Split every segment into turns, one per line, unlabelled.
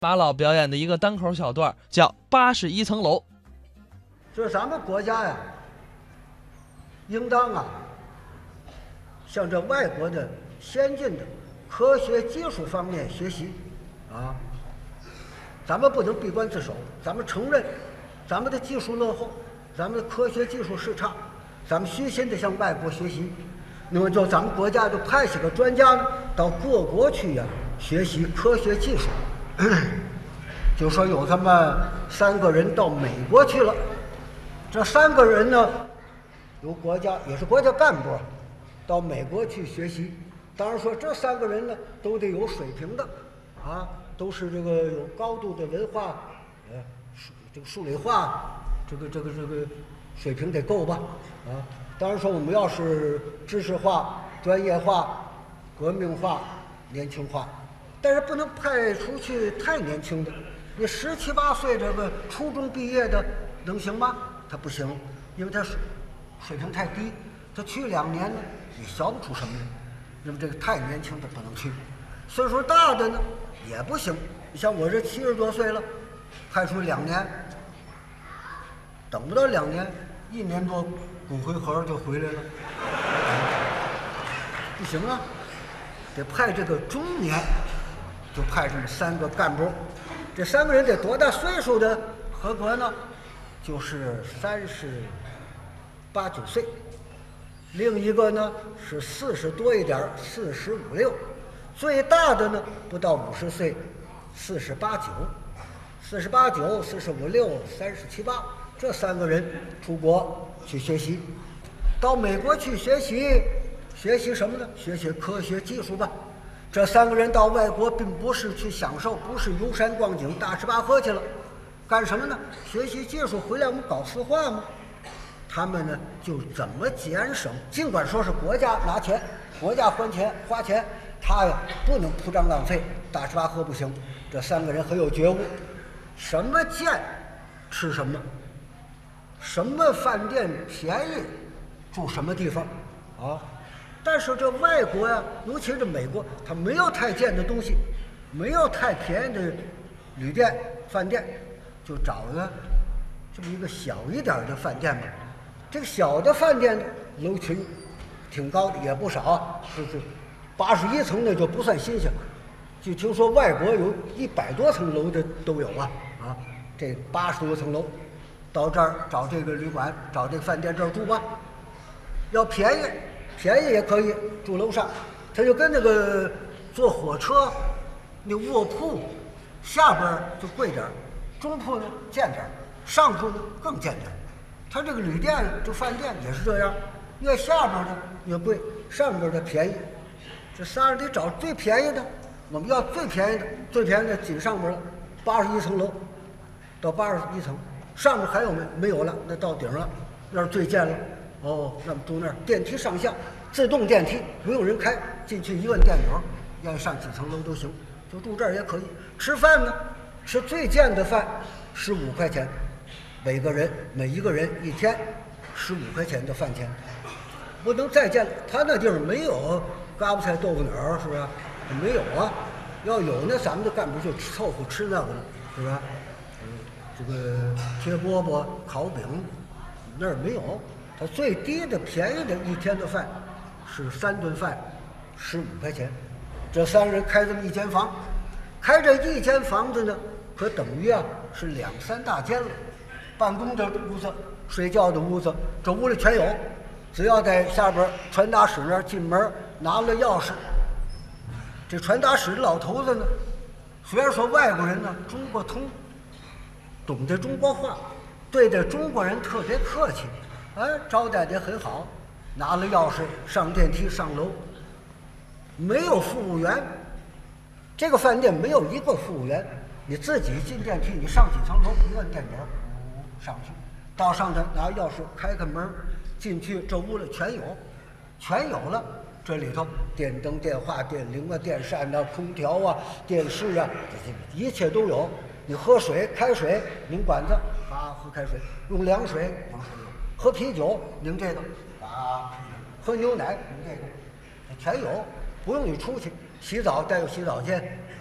马老表演的一个单口小段，叫《81层楼》。
就是咱们国家呀，应当向这外国的先进的科学技术方面学习啊。咱们不能闭关自守，咱们承认咱们的技术落后，咱们的科学技术是差，咱们虚心的向外国学习。那么就咱们国家就派些个专家呢，到各国去学习科学技术。就说有这么3个人到美国去了，这3个人呢，由国家也是国家干部，到美国去学习。当然说这3个人呢，都得有水平的，都是这个有高度的文化，这个数理化，这个水平得够吧，当然说我们要是知识化、专业化、革命化、年轻化，但是不能派出去太年轻的。你17、18岁这个初中毕业的能行吗？他不行，因为他水平太低，他去2年呢，也学不出什么来。那么这个太年轻的不能去，岁数大的呢也不行。你像我这70多岁了，派出2年，等不到2年，1年多骨灰盒就回来了，不行啊，得派这个中年，就派这么3个干部。这3个人得多大岁数的合格呢？就是38、39岁，另一个呢是40多一点，45、6，最大的呢不到50岁，48、9，48、9、45、6、37、8，这3个人出国去学习，到美国去学习什么呢？学习科学技术吧。这3个人到外国并不是去享受，不是游山逛景、大吃大喝去了，干什么呢？学习技术回来，我们搞四化嘛。他们呢就怎么节省，尽管说是国家拿钱，国家花钱，他不能铺张浪费，大吃大喝不行。这3个人很有觉悟，什么贱吃什么，什么饭店便宜住什么地方但是这外国尤其是美国，它没有太贱的东西，没有太便宜的旅店、饭店，就找了这么一个小一点的饭店吧。这个小的饭店呢，楼群挺高的，也不少就是81层的就不算新鲜。据听说外国有100多层楼的都有这80多层楼，到这儿找这个旅馆，找这个饭店这儿住吧，要便宜也可以住楼上。他就跟那个坐火车那卧铺下边就贵点，中铺呢贱点，上铺呢更贱点。他这个旅店这饭店也是这样，越下边的越贵，上边的便宜。这仨人得找最便宜的，我们要最便宜的紧上边了，81层楼到81层，上面还有没有了？那到顶了，那是最贱了。那么住那儿，电梯上下，自动电梯，不用人开，进去一摁电钮，愿意上几层楼都行，就住这儿也可以。吃饭呢，吃最贱的饭，15块钱，每一个人1天15块钱的饭钱，不能再贱了。他那地方没有嘎巴菜豆腐脑，是不是？没有要有呢，咱们的干部就凑合吃那个了，是吧？这个贴饽饽、烤饼，那儿没有。它最低的便宜的1天的饭是3顿饭，15块钱。这3人开这么一间房，开这一间房子呢，可等于是2、3大间了。办公的屋子、睡觉的屋子，这屋里全有。只要在下边传达室那儿进门，拿了钥匙。这传达室的老头子呢，虽然说外国人呢中国通，懂得中国话，对待中国人特别客气。招待得很好，拿了钥匙上电梯上楼，没有服务员。这个饭店没有一个服务员，你自己进电梯，你上几层楼，一摁电钮，上去，到上头拿钥匙开开门，进去，这屋里全有了。这里头电灯、电话、电铃电扇空调电视一切都有。你喝水，开水拧管子，喝开水；用凉水喝啤酒拧这个，喝牛奶拧这个，全有，不用你出去。洗澡带有洗澡间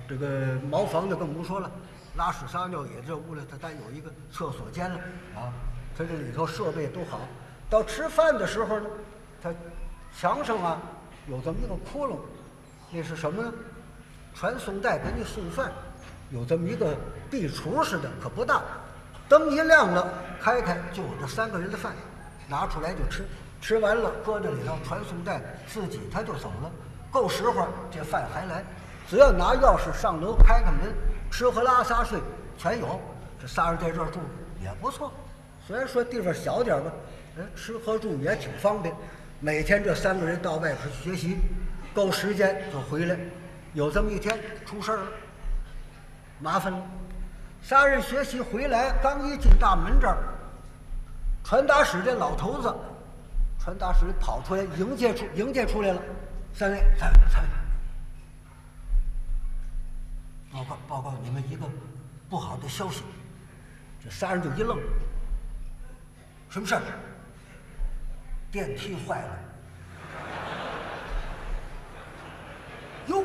这个茅房的更不说了，拉屎撒尿也这屋里，它有一个厕所间了啊，它这里头设备都好。到吃饭的时候呢，它墙上啊有这么一个窟窿，那是什么呢？传送带给你送饭，有这么一个壁橱似的，可不大。灯一亮了，开就有这3个人的饭，拿出来就吃，吃完了搁这里头，传送带自己他就走了。够时候这饭还来，只要拿钥匙上楼开门，吃喝拉撒睡全有。这仨人在这儿住也不错，虽然说地方小点吧，吃喝住也挺方便。每天这3个人到外边学习，够时间就回来。有这么一天出事儿了，麻烦了。仨人学习回来，刚一进大门这儿，传达室这老头子，传达室跑出来迎接出来了。三位，报告你们一个不好的消息。这仨人就一愣，什么事儿？电梯坏了。哟，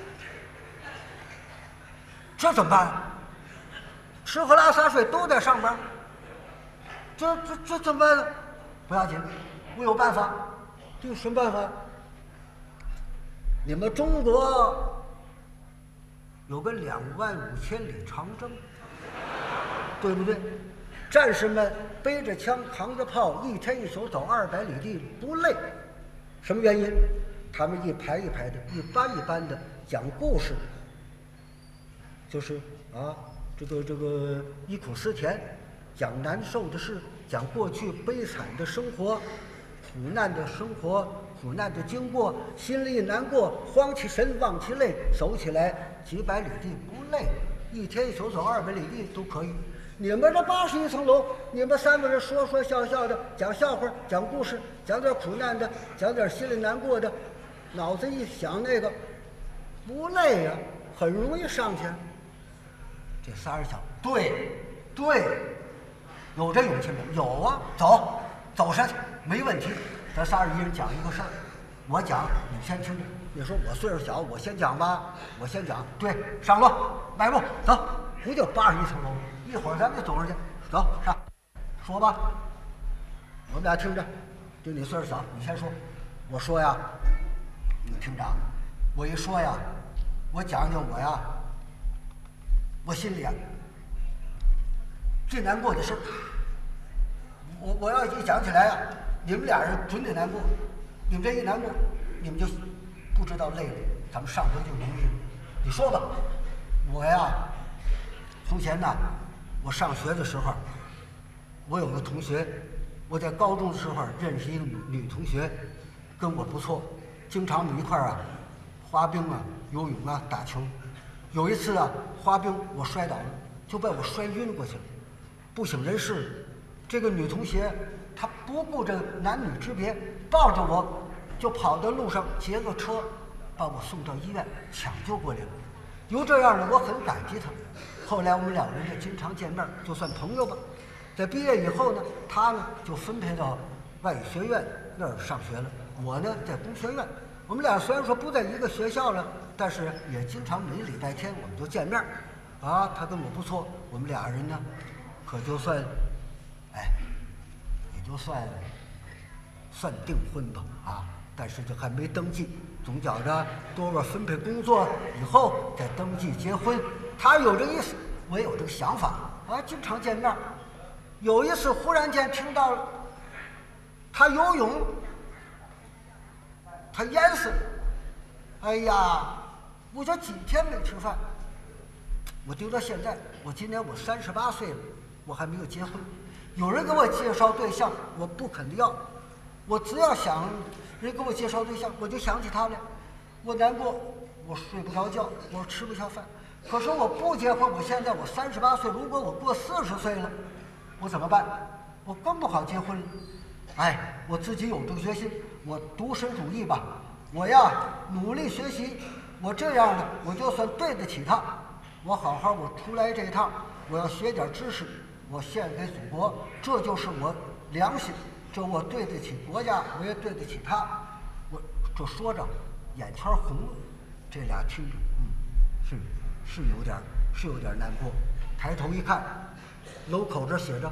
这怎么办？吃喝拉撒睡都在上班，这怎么办呢？不要紧，我有办法。这有什么办法？你们中国有个25000里长征，对不对？战士们背着枪扛着炮，一天一宿走200里地不累。什么原因？他们一排一排的，一班一班的讲故事，就是啊，这个忆苦思甜，讲难受的事，讲过去悲惨的生活，苦难的生活，苦难的经过，心里难过，慌起神，忘起泪，走起来几百里地不累，一天一宿走200里地都可以。你们这81层楼，你们3个人说说笑笑的，讲笑话，讲故事，讲点苦难的，讲点心里难过的，脑子一想那个，不累呀，很容易上去。这仨人想，对，有这勇气没有？有啊，走上去没问题。咱仨人一人讲一个事儿，我讲，你先听着。你说我岁数小，我先讲吧，我先讲。对，上路，迈步，走，不就81层楼？一会儿咱们就走上去，走上，说吧。我们俩听着，就你岁数小，你先说。我说呀，你听着，我一说呀，我讲我呀，我心里啊最难过的事儿。我要一讲起来啊，你们俩人准得难过。你们这一难过，你们就不知道累了，咱们上回就容易了。你说吧。我呀，从前呢，我上学的时候，我有个同学，我在高中的时候认识一个女同学，跟我不错，经常我们一块儿啊滑冰啊、游泳啊、打球。有一次啊，滑冰我摔倒了，就被我摔晕过去了，不省人事。这个女同学她不顾这男女之别，抱着我就跑到路上劫个车，把我送到医院抢救过来了。由这样呢，我很感激她。后来我们2人就经常见面，就算朋友吧。在毕业以后呢，她呢就分配到外语学院那儿上学了，我呢在工学院。我们俩虽然说不在一个学校了，但是也经常每礼拜天我们就见面。啊，她跟我不错，我们俩人呢，可就算，也就算订婚吧啊。但是这还没登记，总觉着多少分配工作以后再登记结婚。他有这意思，我也有这个想法啊，经常见面。有一次忽然间听到了他游泳，他淹死了。哎呀，我这几天没吃饭，我丢到现在，今年我38岁了，我还没有结婚。有人给我介绍对象，我不肯定要。我只要想人给我介绍对象，我就想起他来，我难过，我睡不着觉，我吃不下饭。可是我不结婚，我现在我38岁，如果我过40岁了，我怎么办？我更不好结婚了。我自己有这个决心，我独身主义吧，我呀努力学习，我这样呢，我就算对得起他。我好好，我出来这一趟，我要学点知识，我献给祖国，这就是我良心。这我对得起国家，我也对得起他。我这说着，眼圈红了。这俩听着，是， 是有点难过。抬头一看，楼口这写着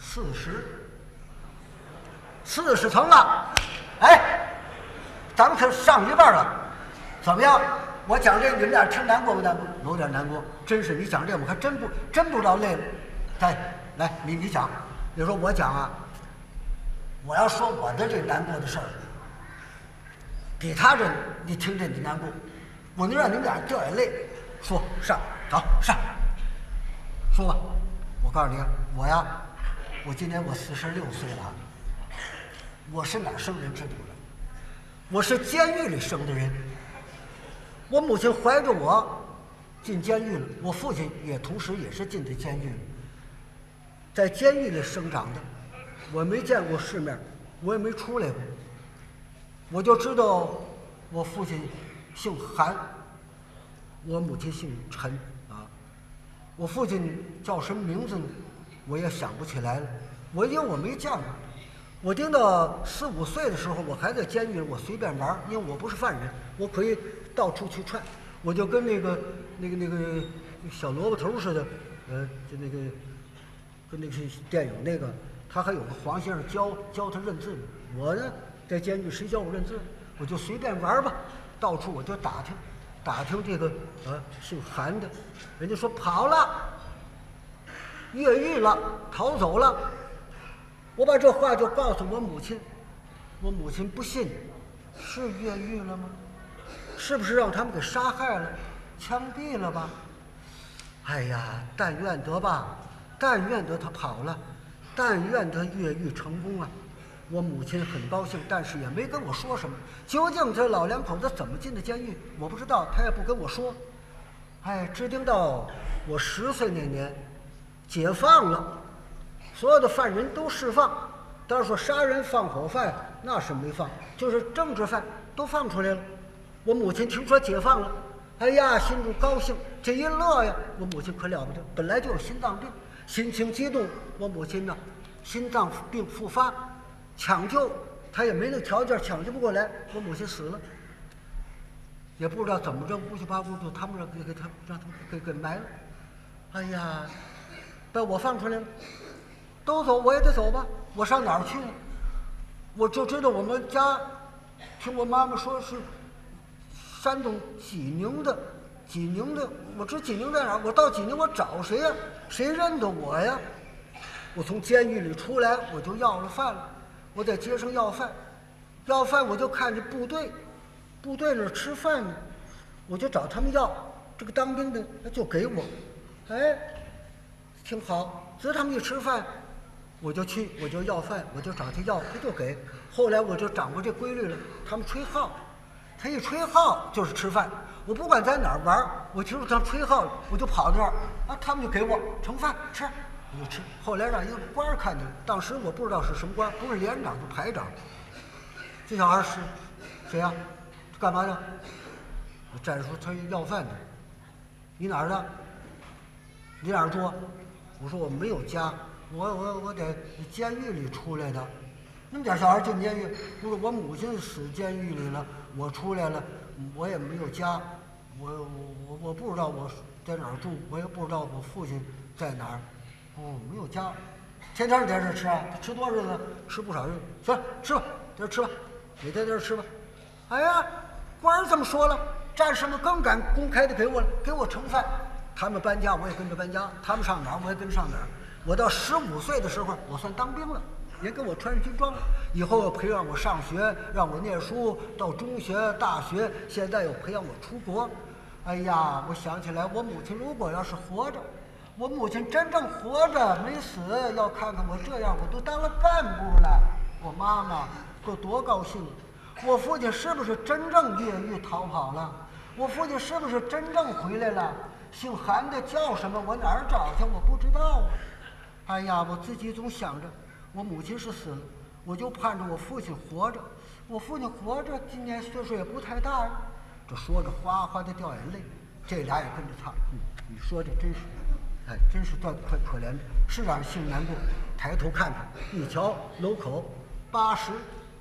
40层了。哎，咱们可上一半了，怎么样？我讲这你们俩听难过不难过？有点难过，真是你讲这我还真不知道累了。来，你讲。你说我讲啊，我要说我的这难过的事儿，比他这你听着你难过，我能让你们俩掉眼泪。说上，走上，说吧。我告诉你，我今年我46岁了，我是哪生人知道的？我是监狱里生的人。我母亲怀着我进监狱了，我父亲也同时也是进的监狱了。在监狱里生长的，我没见过世面，我也没出来过。我就知道我父亲姓韩，我母亲姓陈啊。我父亲叫什么名字呢？我也想不起来了。因为我没见过。我盯到4、5岁的时候，我还在监狱里，我随便玩，因为我不是犯人，我可以到处去窜。我就跟那个小萝卜头似的，就跟那个电影那个，他还有个黄先生教他认字呢。我呢在监狱谁教我认字？我就随便玩吧，到处我就打听这个姓韩的，人家说跑了，越狱了，逃走了。我把这话就告诉我母亲，我母亲不信，是越狱了吗？是不是让他们给杀害了、枪毙了吧？哎呀，但愿得吧，但愿得他跑了，但愿得越狱成功啊！我母亲很高兴，但是也没跟我说什么。究竟这老两口子怎么进的监狱，我不知道，他也不跟我说。哎，直盯到我10岁那年，解放了，所有的犯人都释放。但是说杀人放火犯那是没放，就是政治犯都放出来了。我母亲听说解放了，哎呀，心中高兴，这一乐呀，我母亲可了不得，本来就有心脏病，心情激动，我母亲呢，心脏病复发。抢救他也没那条件，抢救不过来，我母亲死了，也不知道怎么着，乌七八糟就他们让他们给埋了。哎呀，把我放出来了，都走我也得走吧，我上哪儿去呢？我就知道我们家，听我妈妈说是山东济宁的，我知济宁在哪儿？我到济宁我找谁呀？谁认得我呀？我从监狱里出来，我就要了饭了。我在街上要饭，我就看见部队那儿吃饭呢，我就找他们要。这个当兵的就给我，哎，挺好。只要他们一吃饭，我就去，我就要饭，我就找他要，他就给。后来我就掌握这规律了。他们吹号，他一吹号就是吃饭。我不管在哪儿玩，我听说他吹号，我就跑那儿啊，他们就给我盛饭吃。我就吃，后来让一个官看见了，当时我不知道是什么官，不是连长就排长。这小孩是谁呀？干嘛的？我站着说他要饭的。你哪儿的？你哪儿住？我说我没有家，我在监狱里出来的。那么点小孩进监狱？不是我母亲死监狱里了，我出来了，我也没有家，我不知道我在哪儿住，我也不知道我父亲在哪儿。哦，没有家，天天在这吃啊？他吃多少日子？吃不少日子。行，吃吧，在这吃吧，每天在这吃吧。哎呀，官儿这么说了，战士们更敢公开的给我盛饭。他们搬家，我也跟着搬家；他们上哪儿，我也跟上哪儿。我到15岁的时候，我算当兵了，也给我穿军装了。以后又培养我上学，让我念书，到中学、大学，现在又培养我出国。哎呀，我想起来，我母亲如果要是活着。我母亲真正活着没死，要看看我这样，我都当了干部了。我妈妈可多高兴！我父亲是不是真正越狱逃跑了？我父亲是不是真正回来了？姓韩的叫什么？我哪儿找去？我不知道啊！哎呀，我自己总想着，我母亲是死了，我就盼着我父亲活着。我父亲活着，今年岁数也不太大呀。这说着哗哗的掉眼泪，这俩也跟着擦。你说这真是。哎，真是怪可怜的，是让人心难过。抬头看看，一瞧楼口80，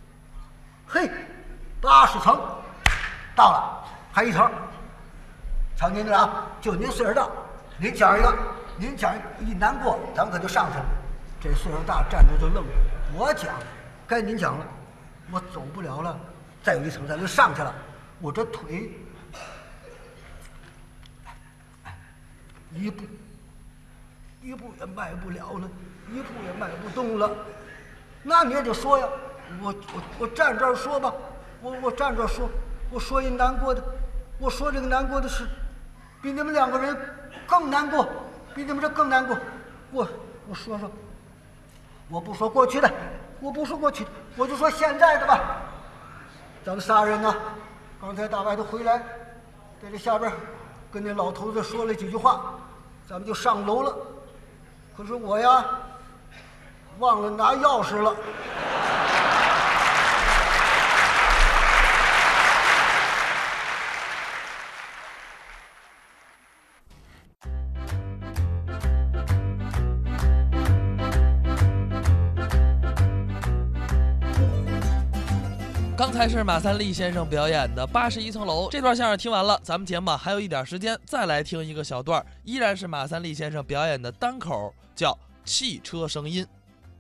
嘿，80层到了，还一层， 瞧您这啊，就您岁数大，您讲一个，您讲一难过，咱们可就上去了。这岁数大站着就愣了。我讲，该您讲了，我走不了了，再有一层咱就上去了。我这腿，一步也迈不了了，一步也迈不动了。那你也得说呀，我站这儿说吧，我站这儿说，我说一难过的，我说这个难过的事，比你们两个人更难过，比你们这更难过。我说说，我不说过去的，我不说过去的，我就说现在的吧。咱们仨人呢，刚才打外头回来，在这下边跟那老头子说了几句话，咱们就上楼了。可是我呀，忘了拿钥匙了。
刚才是马三立先生表演的《81层楼》这段相声听完了，咱们节目还有一点时间，再来听一个小段，依然是马三立先生表演的单口，叫《汽车声音》。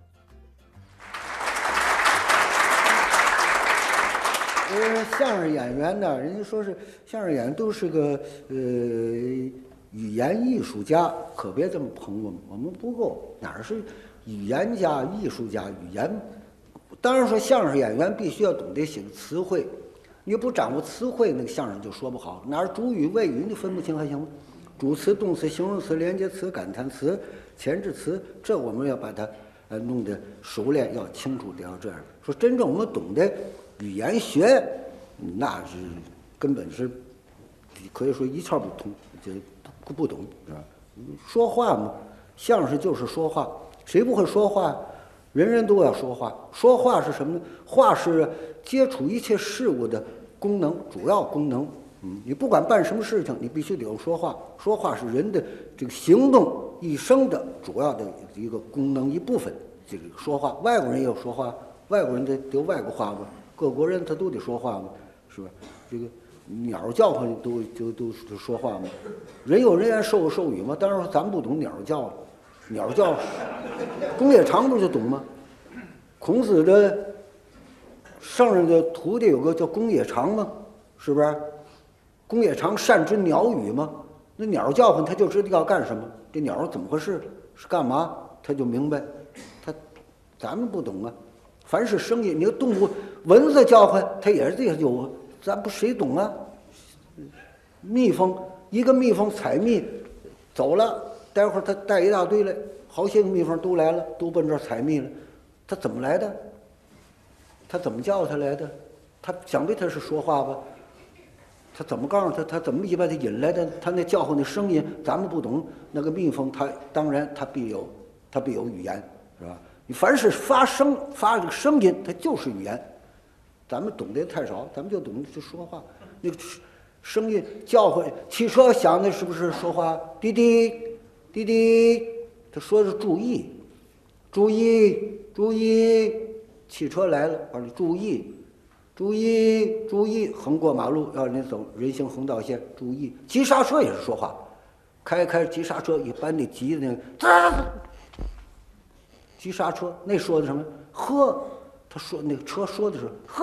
相声演员呢，人家说是相声演员都是个语言艺术家，可别这么捧我们不够，哪是语言家、艺术家？语言。当然说相声演员必须要懂得写词汇，你不掌握词汇，那个相声就说不好。哪儿主语、谓语你分不清还行吗？主词、动词、形容词、连接词、感叹词、前置词，这我们要把它弄得熟练，要清楚的，要这样说。真正我们懂得语言学，那是根本是可以说一窍不通，就不懂，是吧？说话嘛，相声就是说话，谁不会说话？人人都要说话，说话是什么呢？话是接触一切事物的功能，主要功能。你不管办什么事情，你必须得有说话。说话是人的这个行动一生的主要的一个功能一部分。这个说话，外国人也有说话，外国人得有外国话吧？各国人他都得说话嘛，是吧？这个鸟叫唤都说话嘛。人有人言，兽有兽语嘛。当然说咱们不懂鸟叫。鸟叫，公冶长不就懂吗？孔子的上任的徒弟有个叫公冶长吗？是不是？公冶长善知鸟语吗？那鸟叫唤他就知道要干什么，这鸟怎么回事，是干嘛，他就明白。咱们不懂啊。凡是声音，你动物蚊子叫唤，它也是这有啊，咱不谁懂啊？蜜蜂，一个蜜蜂采蜜走了。待会儿他带一大堆来，好些个蜜蜂都来了，都奔这儿采蜜了。他怎么来的？他怎么叫他来的？他想必他是说话吧？他怎么告诉他？他怎么把他引来的？他那叫唤的声音，咱们不懂。那个蜜蜂，它当然它必有语言，是吧？你凡是发这个声音，它就是语言。咱们懂得太少，咱们就懂得就说话。那个声音叫唤，汽车响的是不是说话？滴滴。滴滴，他说的是注意，注意，注意，汽车来了，把你注意，注意，注意，横过马路要你走人行横道线，注意。急刹车也是说话，开急刹车，一般那急的那个，急刹车那说的什么？呵，他说那个车说的是呵，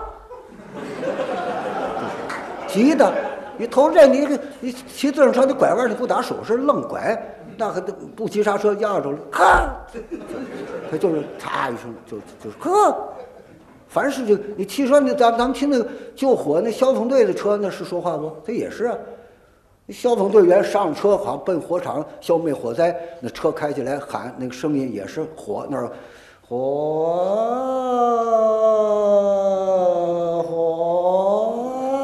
急的。你头这你骑自行车，你拐弯你不打手势，愣拐，那可不急刹车压着了，咔，他就是嚓一声就是呵。凡是这你汽车，咱们听那个救火那消防队的车，那是说话不？他也是啊。消防队员上车好奔火场消灭火灾，那车开起来喊那个声音也是火那儿火。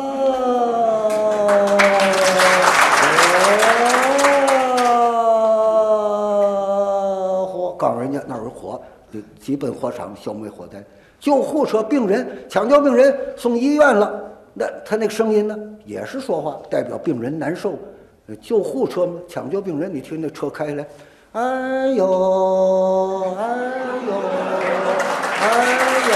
告诉人家那儿有火，就急奔火场消灭火灾。救护车病人抢救病人送医院了，那他那个声音呢也是说话，代表病人难受。救护车嘛，抢救病人，你听那车开来，哎呦哎呦哎呦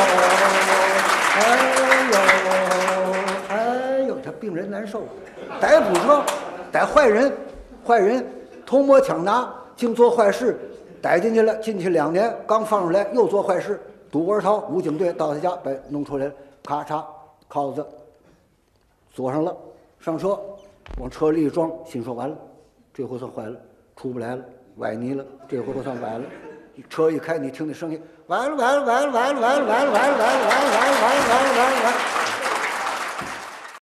哎呦哎呦，他病人难受。 逮坏人，坏人偷摸抢拿，净做坏事，逮进去了，进去2年，刚放出来又做坏事，赌窝逃，武警队到他家把弄出来了，咔嚓，铐子锁上了，上车，往车里一装，心说完了，这回算坏了，出不来了，崴泥了，这回算崴了。车一开，你听那声音，完了完了完了完了完了完了完了完了完了完了完了完了完了完了。